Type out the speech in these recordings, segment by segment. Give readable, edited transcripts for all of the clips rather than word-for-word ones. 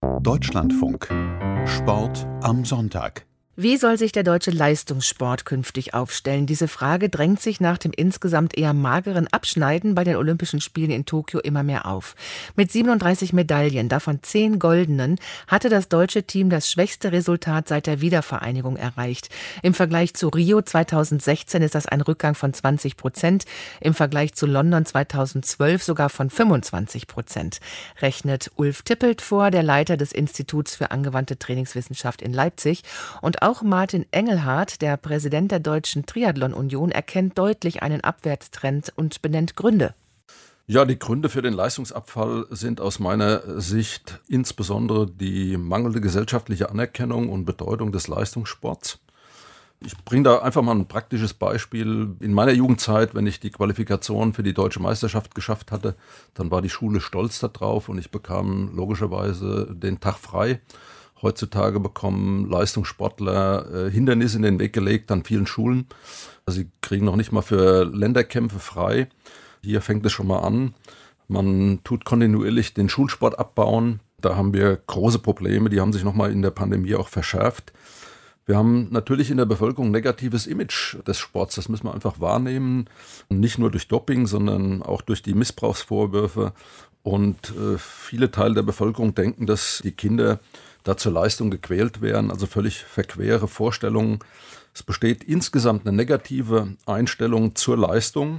Deutschlandfunk. Sport am Sonntag. Wie soll sich der deutsche Leistungssport künftig aufstellen? Diese Frage drängt sich nach dem insgesamt eher mageren Abschneiden bei den Olympischen Spielen in Tokio immer mehr auf. Mit 37 Medaillen, davon 10 goldenen, hatte das deutsche Team das schwächste Resultat seit der Wiedervereinigung erreicht. Im Vergleich zu Rio 2016 ist das ein Rückgang von 20%, im Vergleich zu London 2012 sogar von 25%. Rechnet Ulf Tippelt vor, der Leiter des Instituts für angewandte Trainingswissenschaft in Leipzig. Und auch Martin Engelhardt, der Präsident der Deutschen Triathlon-Union, erkennt deutlich einen Abwärtstrend und benennt Gründe. Ja, die Gründe für den Leistungsabfall sind aus meiner Sicht insbesondere die mangelnde gesellschaftliche Anerkennung und Bedeutung des Leistungssports. Ich bringe da einfach mal ein praktisches Beispiel. In meiner Jugendzeit, wenn ich die Qualifikation für die Deutsche Meisterschaft geschafft hatte, dann war die Schule stolz darauf und ich bekam logischerweise den Tag frei. Heutzutage bekommen Leistungssportler Hindernisse in den Weg gelegt an vielen Schulen. Sie kriegen noch nicht mal für Länderkämpfe frei. Hier fängt es schon mal an. Man tut kontinuierlich den Schulsport abbauen. Da haben wir große Probleme, die haben sich nochmal in der Pandemie auch verschärft. Wir haben natürlich in der Bevölkerung ein negatives Image des Sports, das müssen wir einfach wahrnehmen. Nicht nur durch Doping, sondern auch durch die Missbrauchsvorwürfe. Und viele Teile der Bevölkerung denken, dass die Kinder da zur Leistung gequält werden, also völlig verquere Vorstellungen. Es besteht insgesamt eine negative Einstellung zur Leistung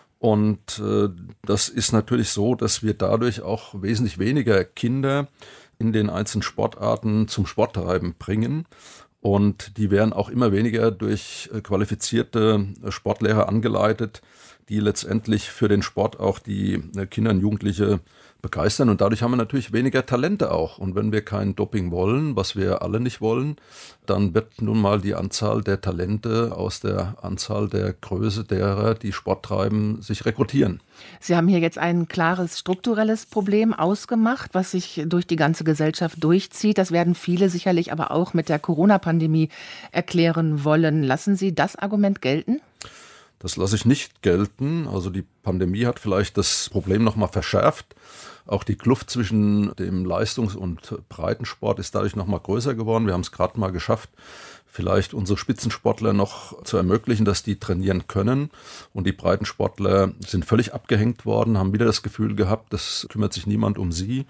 und das ist natürlich so, dass wir dadurch auch wesentlich weniger Kinder in den einzelnen Sportarten zum Sporttreiben bringen und die werden auch immer weniger durch qualifizierte Sportlehrer angeleitet, die letztendlich für den Sport auch die Kinder und Jugendliche begeistern und dadurch haben wir natürlich weniger Talente auch. Und wenn wir kein Doping wollen, was wir alle nicht wollen, dann wird nun mal die Anzahl der Talente aus der Anzahl der Größe derer, die Sport treiben, sich rekrutieren. Sie haben hier jetzt ein klares strukturelles Problem ausgemacht, was sich durch die ganze Gesellschaft durchzieht. Das werden viele sicherlich aber auch mit der Corona-Pandemie erklären wollen. Lassen Sie das Argument gelten? Das lasse ich nicht gelten. Also die Pandemie hat vielleicht das Problem noch mal verschärft. Auch die Kluft zwischen dem Leistungs- und Breitensport ist dadurch noch mal größer geworden. Wir haben es gerade mal geschafft, vielleicht unsere Spitzensportler noch zu ermöglichen, dass die trainieren können. Und die Breitensportler sind völlig abgehängt worden, haben wieder das Gefühl gehabt, es kümmert sich niemand um sie.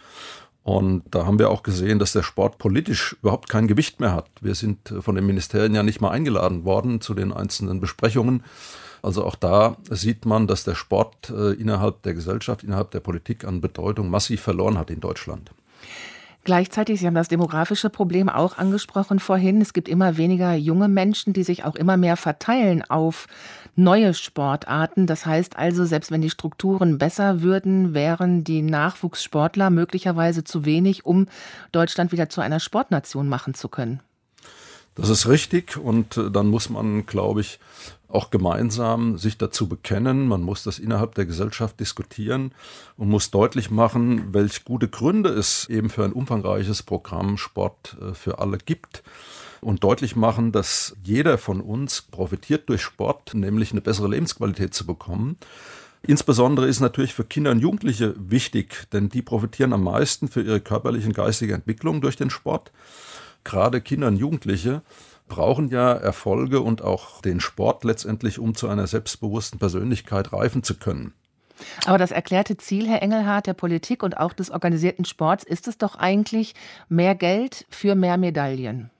Und da haben wir auch gesehen, dass der Sport politisch überhaupt kein Gewicht mehr hat. Wir sind von den Ministerien ja nicht mal eingeladen worden zu den einzelnen Besprechungen. Also auch da sieht man, dass der Sport innerhalb der Gesellschaft, innerhalb der Politik an Bedeutung massiv verloren hat in Deutschland. Gleichzeitig, Sie haben das demografische Problem auch angesprochen vorhin. Es gibt immer weniger junge Menschen, die sich auch immer mehr verteilen auf neue Sportarten. Das heißt also, selbst wenn die Strukturen besser würden, wären die Nachwuchssportler möglicherweise zu wenig, um Deutschland wieder zu einer Sportnation machen zu können. Das ist richtig und dann muss man, glaube ich, auch gemeinsam sich dazu bekennen. Man muss das innerhalb der Gesellschaft diskutieren und muss deutlich machen, welche gute Gründe es eben für ein umfangreiches Programm Sport für alle gibt. Und deutlich machen, dass jeder von uns profitiert durch Sport, nämlich eine bessere Lebensqualität zu bekommen. Insbesondere ist natürlich für Kinder und Jugendliche wichtig, denn die profitieren am meisten für ihre körperliche und geistige Entwicklung durch den Sport. Gerade Kinder und Jugendliche brauchen ja Erfolge und auch den Sport letztendlich, um zu einer selbstbewussten Persönlichkeit reifen zu können. Aber das erklärte Ziel, Herr Engelhardt, der Politik und auch des organisierten Sports, ist es doch eigentlich mehr Geld für mehr Medaillen.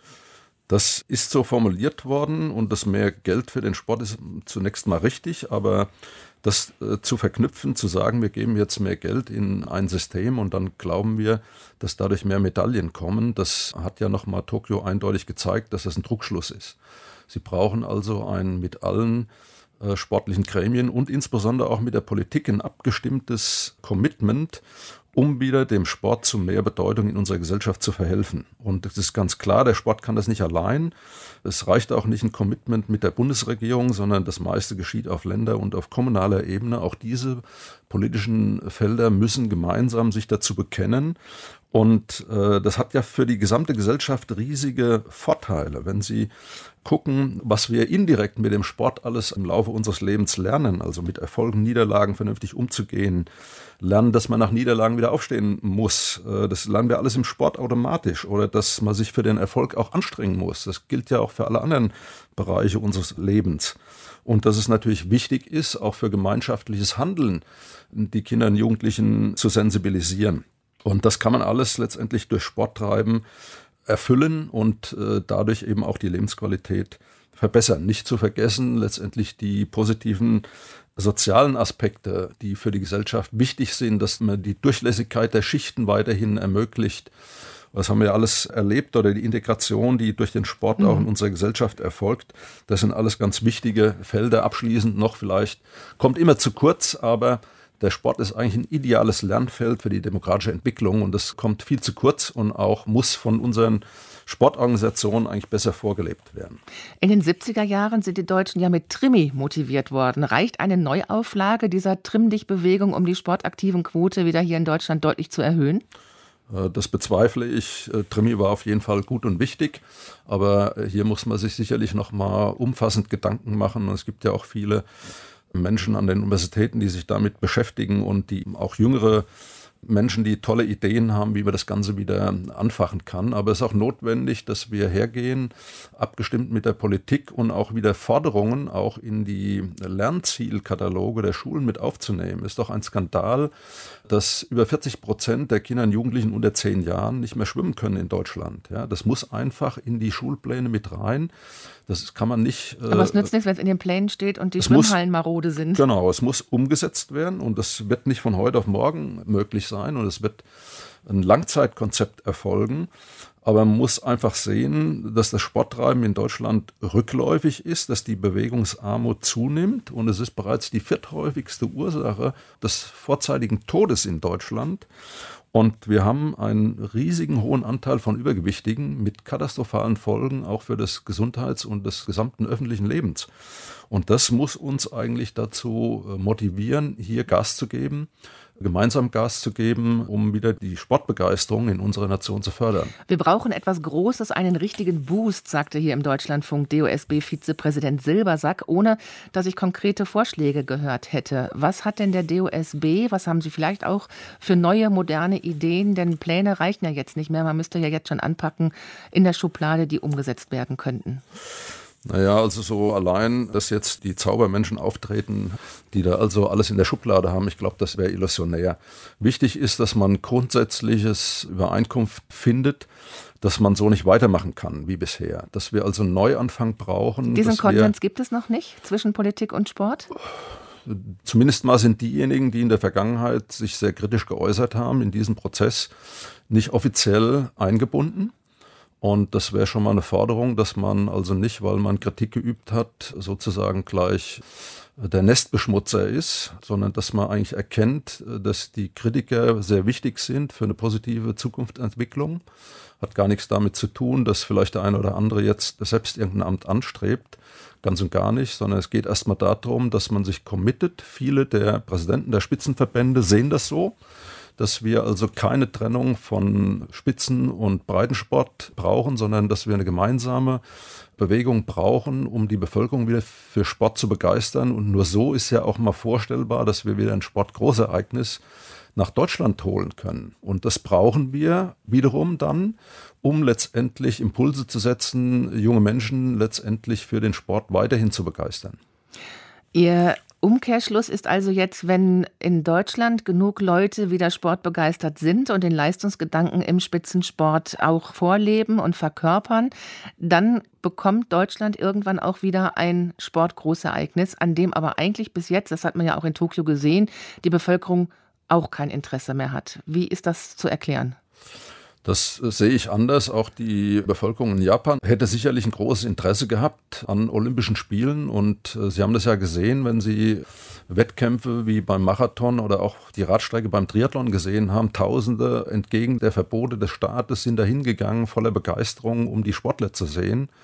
Das ist so formuliert worden und das mehr Geld für den Sport ist zunächst mal richtig, aber das zu verknüpfen, zu sagen, wir geben jetzt mehr Geld in ein System und dann glauben wir, dass dadurch mehr Medaillen kommen, das hat ja nochmal Tokio eindeutig gezeigt, dass das ein Trugschluss ist. Sie brauchen also ein mit allen sportlichen Gremien und insbesondere auch mit der Politik ein abgestimmtes Commitment, um wieder dem Sport zu mehr Bedeutung in unserer Gesellschaft zu verhelfen. Und es ist ganz klar, der Sport kann das nicht allein. Es reicht auch nicht ein Commitment mit der Bundesregierung, sondern das meiste geschieht auf Länder- und auf kommunaler Ebene. Auch diese politischen Felder müssen gemeinsam sich dazu bekennen. Und das hat ja für die gesamte Gesellschaft riesige Vorteile. Wenn Sie gucken, was wir indirekt mit dem Sport alles im Laufe unseres Lebens lernen, also mit Erfolgen, Niederlagen vernünftig umzugehen, lernen, dass man nach Niederlagen wieder aufstehen muss. Das lernen wir alles im Sport automatisch. Oder dass man sich für den Erfolg auch anstrengen muss. Das gilt ja auch für alle anderen Bereiche unseres Lebens. Und dass es natürlich wichtig ist, auch für gemeinschaftliches Handeln die Kinder und Jugendlichen zu sensibilisieren. Und das kann man alles letztendlich durch Sporttreiben erfüllen und dadurch eben auch die Lebensqualität verbessern. Nicht zu vergessen letztendlich die positiven sozialen Aspekte, die für die Gesellschaft wichtig sind, dass man die Durchlässigkeit der Schichten weiterhin ermöglicht. Das haben wir ja alles erlebt, oder die Integration, die durch den Sport auch in unserer Gesellschaft erfolgt. Das sind alles ganz wichtige Felder. Abschließend noch vielleicht, kommt immer zu kurz, aber der Sport ist eigentlich ein ideales Lernfeld für die demokratische Entwicklung und das kommt viel zu kurz und auch muss von unseren Sportorganisationen eigentlich besser vorgelebt werden. In den 70er Jahren sind die Deutschen ja mit Trimmi motiviert worden. Reicht eine Neuauflage dieser Trimm-Dich-Bewegung, um die sportaktiven Quote wieder hier in Deutschland deutlich zu erhöhen? Das bezweifle ich. Trimmi war auf jeden Fall gut und wichtig, aber hier muss man sich sicherlich noch mal umfassend Gedanken machen. Und es gibt ja auch viele Menschen an den Universitäten, die sich damit beschäftigen und die auch jüngere Menschen, die tolle Ideen haben, wie man das Ganze wieder anfachen kann. Aber es ist auch notwendig, dass wir hergehen, abgestimmt mit der Politik und auch wieder Forderungen auch in die Lernzielkataloge der Schulen mit aufzunehmen. Es ist doch ein Skandal, dass über 40% der Kinder und Jugendlichen unter 10 Jahren nicht mehr schwimmen können in Deutschland. Ja, das muss einfach in die Schulpläne mit rein. Das kann man nicht. Aber es nützt nichts, wenn es in den Plänen steht und die Schwimmhallen marode sind. Genau, es muss umgesetzt werden und das wird nicht von heute auf morgen möglich sein und es wird ein Langzeitkonzept erfolgen. Aber man muss einfach sehen, dass das Sporttreiben in Deutschland rückläufig ist, dass die Bewegungsarmut zunimmt und es ist bereits die vierthäufigste Ursache des vorzeitigen Todes in Deutschland. Und wir haben einen riesigen hohen Anteil von Übergewichtigen mit katastrophalen Folgen auch für das Gesundheits- und des gesamten öffentlichen Lebens. Und das muss uns eigentlich dazu motivieren, hier Gas zu geben, gemeinsam Gas zu geben, um wieder die Sportbegeisterung in unserer Nation zu fördern. Wir brauchen etwas Großes, einen richtigen Boost, sagte hier im Deutschlandfunk DOSB-Vizepräsident Silbersack, ohne dass ich konkrete Vorschläge gehört hätte. Was hat denn der DOSB, was haben Sie vielleicht auch für neue, moderne Ideen? Denn Pläne reichen ja jetzt nicht mehr, man müsste ja jetzt schon anpacken in der Schublade, die umgesetzt werden könnten. Naja, also so allein, dass jetzt die Zaubermenschen auftreten, die da also alles in der Schublade haben, ich glaube, das wäre illusionär. Wichtig ist, dass man grundsätzliches Übereinkunft findet, dass man so nicht weitermachen kann wie bisher. Dass wir also einen Neuanfang brauchen. Diesen Konsens gibt es noch nicht zwischen Politik und Sport? Zumindest mal sind diejenigen, die in der Vergangenheit sich sehr kritisch geäußert haben, in diesem Prozess nicht offiziell eingebunden. Und das wäre schon mal eine Forderung, dass man also nicht, weil man Kritik geübt hat, sozusagen gleich der Nestbeschmutzer ist, sondern dass man eigentlich erkennt, dass die Kritiker sehr wichtig sind für eine positive Zukunftsentwicklung. Hat gar nichts damit zu tun, dass vielleicht der eine oder andere jetzt selbst irgendein Amt anstrebt. Ganz und gar nicht, sondern es geht erstmal darum, dass man sich committet. Viele der Präsidenten der Spitzenverbände sehen das so, dass wir also keine Trennung von Spitzen- und Breitensport brauchen, sondern dass wir eine gemeinsame Bewegung brauchen, um die Bevölkerung wieder für Sport zu begeistern. Und nur so ist ja auch mal vorstellbar, dass wir wieder ein Sportgroßereignis nach Deutschland holen können. Und das brauchen wir wiederum dann, um letztendlich Impulse zu setzen, junge Menschen letztendlich für den Sport weiterhin zu begeistern. Ihr Umkehrschluss ist also jetzt, wenn in Deutschland genug Leute wieder sportbegeistert sind und den Leistungsgedanken im Spitzensport auch vorleben und verkörpern, dann bekommt Deutschland irgendwann auch wieder ein Sportgroßereignis, an dem aber eigentlich bis jetzt, das hat man ja auch in Tokio gesehen, die Bevölkerung auch kein Interesse mehr hat. Wie ist das zu erklären? Das sehe ich anders. Auch die Bevölkerung in Japan hätte sicherlich ein großes Interesse gehabt an Olympischen Spielen. Und Sie haben das ja gesehen, wenn Sie Wettkämpfe wie beim Marathon oder auch die Radstrecke beim Triathlon gesehen haben. Tausende entgegen der Verbote des Staates sind da hingegangen, voller Begeisterung, um die Sportler zu sehen.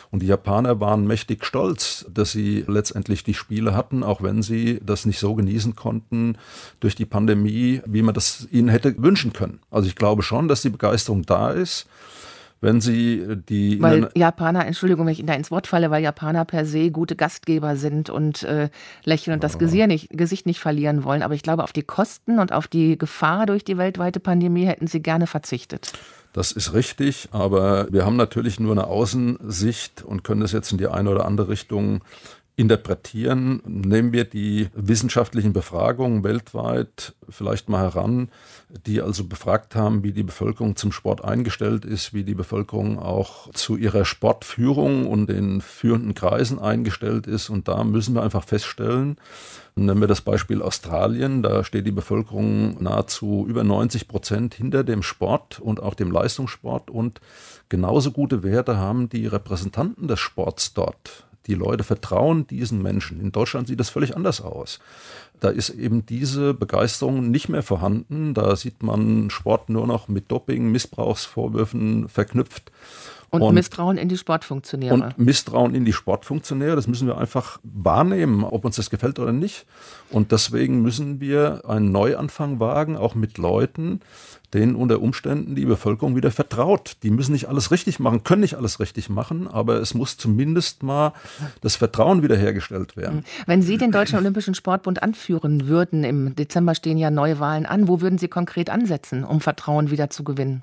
Und die Japaner waren mächtig stolz, dass sie letztendlich die Spiele hatten, auch wenn sie das nicht so genießen konnten durch die Pandemie, wie man das ihnen hätte wünschen können. Also ich glaube schon, dass die Begeisterung da ist. Wenn Sie die... Weil Japaner, Entschuldigung, wenn ich Ihnen da ins Wort falle, weil Japaner per se gute Gastgeber sind und lächeln und das Gesicht nicht verlieren wollen. Aber ich glaube, auf die Kosten und auf die Gefahr durch die weltweite Pandemie hätten Sie gerne verzichtet. Das ist richtig, aber wir haben natürlich nur eine Außensicht und können das jetzt in die eine oder andere Richtung interpretieren. Nehmen wir die wissenschaftlichen Befragungen weltweit vielleicht mal heran, die also befragt haben, wie die Bevölkerung zum Sport eingestellt ist, wie die Bevölkerung auch zu ihrer Sportführung und den führenden Kreisen eingestellt ist. Und da müssen wir einfach feststellen, nehmen wir das Beispiel Australien, da steht die Bevölkerung nahezu über 90% hinter dem Sport und auch dem Leistungssport. Und genauso gute Werte haben die Repräsentanten des Sports dort. Die Leute vertrauen diesen Menschen. In Deutschland sieht das völlig anders aus. Da ist eben diese Begeisterung nicht mehr vorhanden. Da sieht man Sport nur noch mit Doping, Missbrauchsvorwürfen verknüpft. Und Misstrauen in die Sportfunktionäre. Und Misstrauen in die Sportfunktionäre, das müssen wir einfach wahrnehmen, ob uns das gefällt oder nicht. Und deswegen müssen wir einen Neuanfang wagen, auch mit Leuten, denen unter Umständen die Bevölkerung wieder vertraut. Die müssen nicht alles richtig machen, können nicht alles richtig machen, aber es muss zumindest mal das Vertrauen wiederhergestellt werden. Wenn Sie den Deutschen Olympischen Sportbund anführen würden, im Dezember stehen ja Neuwahlen an, wo würden Sie konkret ansetzen, um Vertrauen wieder zu gewinnen?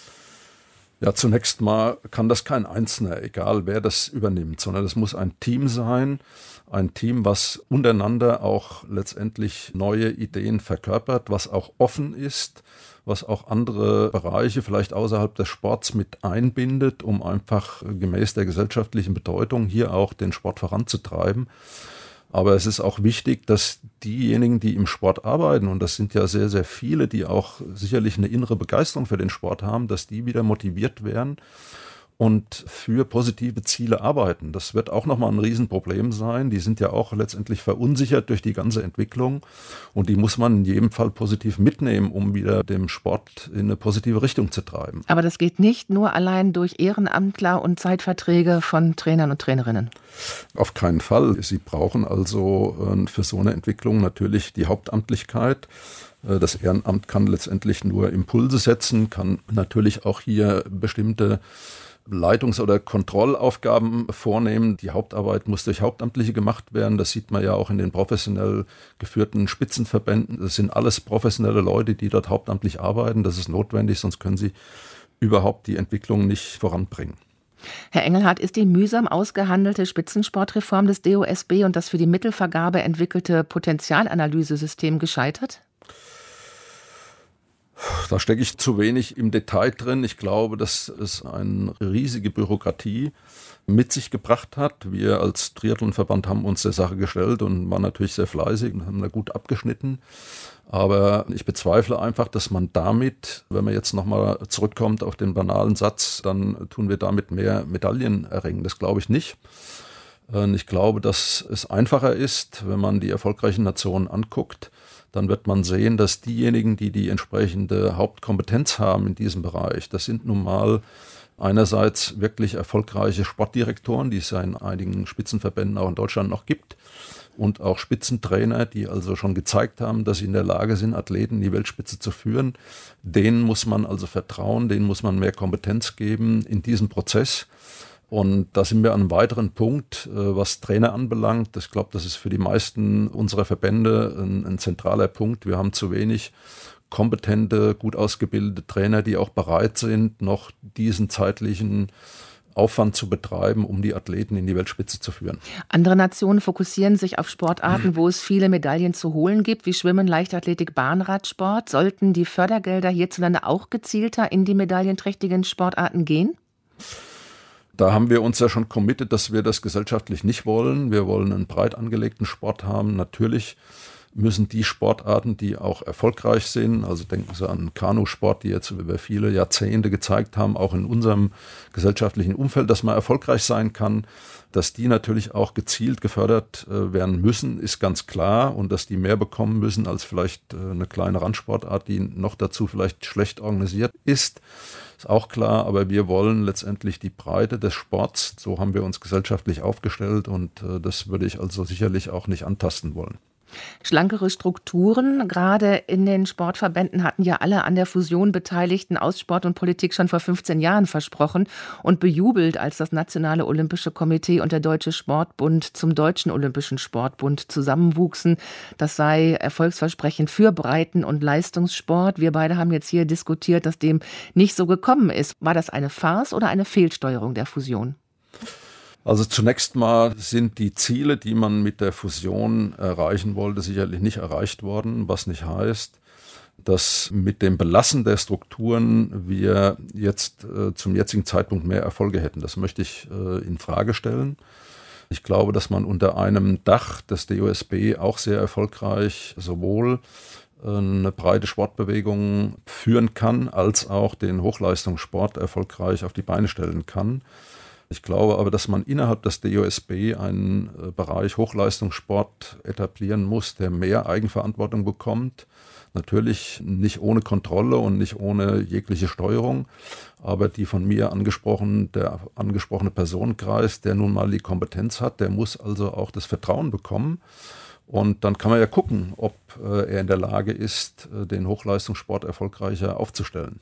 Ja, zunächst mal kann das kein Einzelner, egal wer das übernimmt, sondern es muss ein Team sein, ein Team, was untereinander auch letztendlich neue Ideen verkörpert, was auch offen ist, was auch andere Bereiche vielleicht außerhalb des Sports mit einbindet, um einfach gemäß der gesellschaftlichen Bedeutung hier auch den Sport voranzutreiben. Aber es ist auch wichtig, dass diejenigen, die im Sport arbeiten, und das sind ja sehr, sehr viele, die auch sicherlich eine innere Begeisterung für den Sport haben, dass die wieder motiviert werden und für positive Ziele arbeiten. Das wird auch nochmal ein Riesenproblem sein. Die sind ja auch letztendlich verunsichert durch die ganze Entwicklung und die muss man in jedem Fall positiv mitnehmen, um wieder dem Sport in eine positive Richtung zu treiben. Aber das geht nicht nur allein durch Ehrenamtler und Zeitverträge von Trainern und Trainerinnen. Auf keinen Fall. Sie brauchen also für so eine Entwicklung natürlich die Hauptamtlichkeit. Das Ehrenamt kann letztendlich nur Impulse setzen, kann natürlich auch hier bestimmte Leitungs- oder Kontrollaufgaben vornehmen. Die Hauptarbeit muss durch Hauptamtliche gemacht werden. Das sieht man ja auch in den professionell geführten Spitzenverbänden. Das sind alles professionelle Leute, die dort hauptamtlich arbeiten. Das ist notwendig, sonst können sie überhaupt die Entwicklung nicht voranbringen. Herr Engelhardt, ist die mühsam ausgehandelte Spitzensportreform des DOSB und das für die Mittelvergabe entwickelte Potenzialanalysesystem gescheitert? Da stecke ich zu wenig im Detail drin. Ich glaube, dass es eine riesige Bürokratie mit sich gebracht hat. Wir als Triathlonverband haben uns der Sache gestellt und waren natürlich sehr fleißig und haben da gut abgeschnitten. Aber ich bezweifle einfach, dass man damit, wenn man jetzt nochmal zurückkommt auf den banalen Satz, dann tun wir damit mehr Medaillen erringen. Das glaube ich nicht. Ich glaube, dass es einfacher ist, wenn man die erfolgreichen Nationen anguckt, dann wird man sehen, dass diejenigen, die die entsprechende Hauptkompetenz haben in diesem Bereich, das sind nun mal einerseits wirklich erfolgreiche Sportdirektoren, die es ja in einigen Spitzenverbänden auch in Deutschland noch gibt, und auch Spitzentrainer, die also schon gezeigt haben, dass sie in der Lage sind, Athleten in die Weltspitze zu führen. Denen muss man also vertrauen, denen muss man mehr Kompetenz geben in diesem Prozess. Und da sind wir an einem weiteren Punkt, was Trainer anbelangt. Ich glaube, das ist für die meisten unserer Verbände ein zentraler Punkt. Wir haben zu wenig kompetente, gut ausgebildete Trainer, die auch bereit sind, noch diesen zeitlichen Aufwand zu betreiben, um die Athleten in die Weltspitze zu führen. Andere Nationen fokussieren sich auf Sportarten, wo es viele Medaillen zu holen gibt, wie Schwimmen, Leichtathletik, Bahnradsport. Sollten die Fördergelder hierzulande auch gezielter in die medaillenträchtigen Sportarten gehen? Da haben wir uns ja schon committed, dass wir das gesellschaftlich nicht wollen. Wir wollen einen breit angelegten Sport haben. Natürlich müssen die Sportarten, die auch erfolgreich sind, also denken Sie an Kanusport, die jetzt über viele Jahrzehnte gezeigt haben, auch in unserem gesellschaftlichen Umfeld, dass man erfolgreich sein kann, dass die natürlich auch gezielt gefördert werden müssen, ist ganz klar, und dass die mehr bekommen müssen als vielleicht eine kleine Randsportart, die noch dazu vielleicht schlecht organisiert ist. Ist auch klar, aber wir wollen letztendlich die Breite des Sports. So haben wir uns gesellschaftlich aufgestellt und das würde ich also sicherlich auch nicht antasten wollen. Schlankere Strukturen, gerade in den Sportverbänden, hatten ja alle an der Fusion Beteiligten aus Sport und Politik schon vor 15 Jahren versprochen und bejubelt, als das Nationale Olympische Komitee und der Deutsche Sportbund zum Deutschen Olympischen Sportbund zusammenwuchsen. Das sei erfolgsversprechend für Breiten- und Leistungssport. Wir beide haben jetzt hier diskutiert, dass dem nicht so gekommen ist. War das eine Farce oder eine Fehlsteuerung der Fusion? Also zunächst mal sind die Ziele, die man mit der Fusion erreichen wollte, sicherlich nicht erreicht worden, was nicht heißt, dass mit dem Belassen der Strukturen wir jetzt zum jetzigen Zeitpunkt mehr Erfolge hätten. Das möchte ich in Frage stellen. Ich glaube, dass man unter einem Dach des DOSB auch sehr erfolgreich sowohl eine breite Sportbewegung führen kann, als auch den Hochleistungssport erfolgreich auf die Beine stellen kann. Ich glaube aber, dass man innerhalb des DOSB einen Bereich Hochleistungssport etablieren muss, der mehr Eigenverantwortung bekommt. Natürlich nicht ohne Kontrolle und nicht ohne jegliche Steuerung, aber die von mir der angesprochene Personenkreis, der nun mal die Kompetenz hat, der muss also auch das Vertrauen bekommen. Und dann kann man ja gucken, ob er in der Lage ist, den Hochleistungssport erfolgreicher aufzustellen.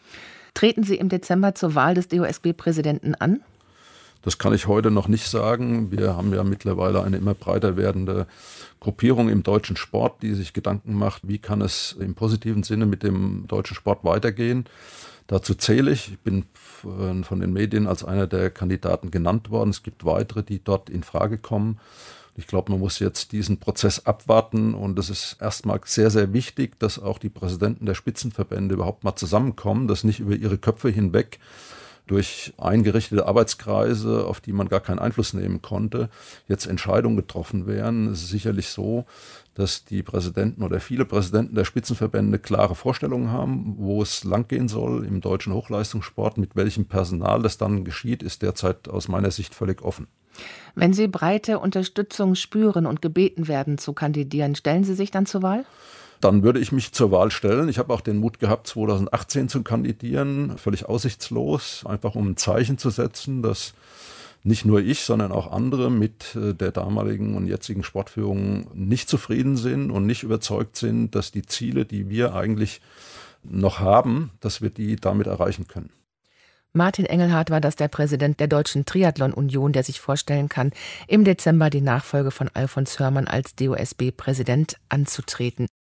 Treten Sie im Dezember zur Wahl des DOSB-Präsidenten an? Das kann ich heute noch nicht sagen. Wir haben ja mittlerweile eine immer breiter werdende Gruppierung im deutschen Sport, die sich Gedanken macht, wie kann es im positiven Sinne mit dem deutschen Sport weitergehen. Dazu zähle ich. Ich bin von den Medien als einer der Kandidaten genannt worden. Es gibt weitere, die dort in Frage kommen. Ich glaube, man muss jetzt diesen Prozess abwarten und es ist erstmal sehr, sehr wichtig, dass auch die Präsidenten der Spitzenverbände überhaupt mal zusammenkommen, dass nicht über ihre Köpfe hinweg durch eingerichtete Arbeitskreise, auf die man gar keinen Einfluss nehmen konnte, jetzt Entscheidungen getroffen werden. Es ist sicherlich so, dass die Präsidenten oder viele Präsidenten der Spitzenverbände klare Vorstellungen haben, wo es langgehen soll im deutschen Hochleistungssport. Mit welchem Personal das dann geschieht, ist derzeit aus meiner Sicht völlig offen. Wenn Sie breite Unterstützung spüren und gebeten werden zu kandidieren, stellen Sie sich dann zur Wahl? Dann würde ich mich zur Wahl stellen. Ich habe auch den Mut gehabt, 2018 zu kandidieren, völlig aussichtslos, einfach um ein Zeichen zu setzen, dass nicht nur ich, sondern auch andere mit der damaligen und jetzigen Sportführung nicht zufrieden sind und nicht überzeugt sind, dass die Ziele, die wir eigentlich noch haben, dass wir die damit erreichen können. Martin Engelhardt war das, der Präsident der Deutschen Triathlon-Union, der sich vorstellen kann, im Dezember die Nachfolge von Alfons Hörmann als DOSB-Präsident anzutreten.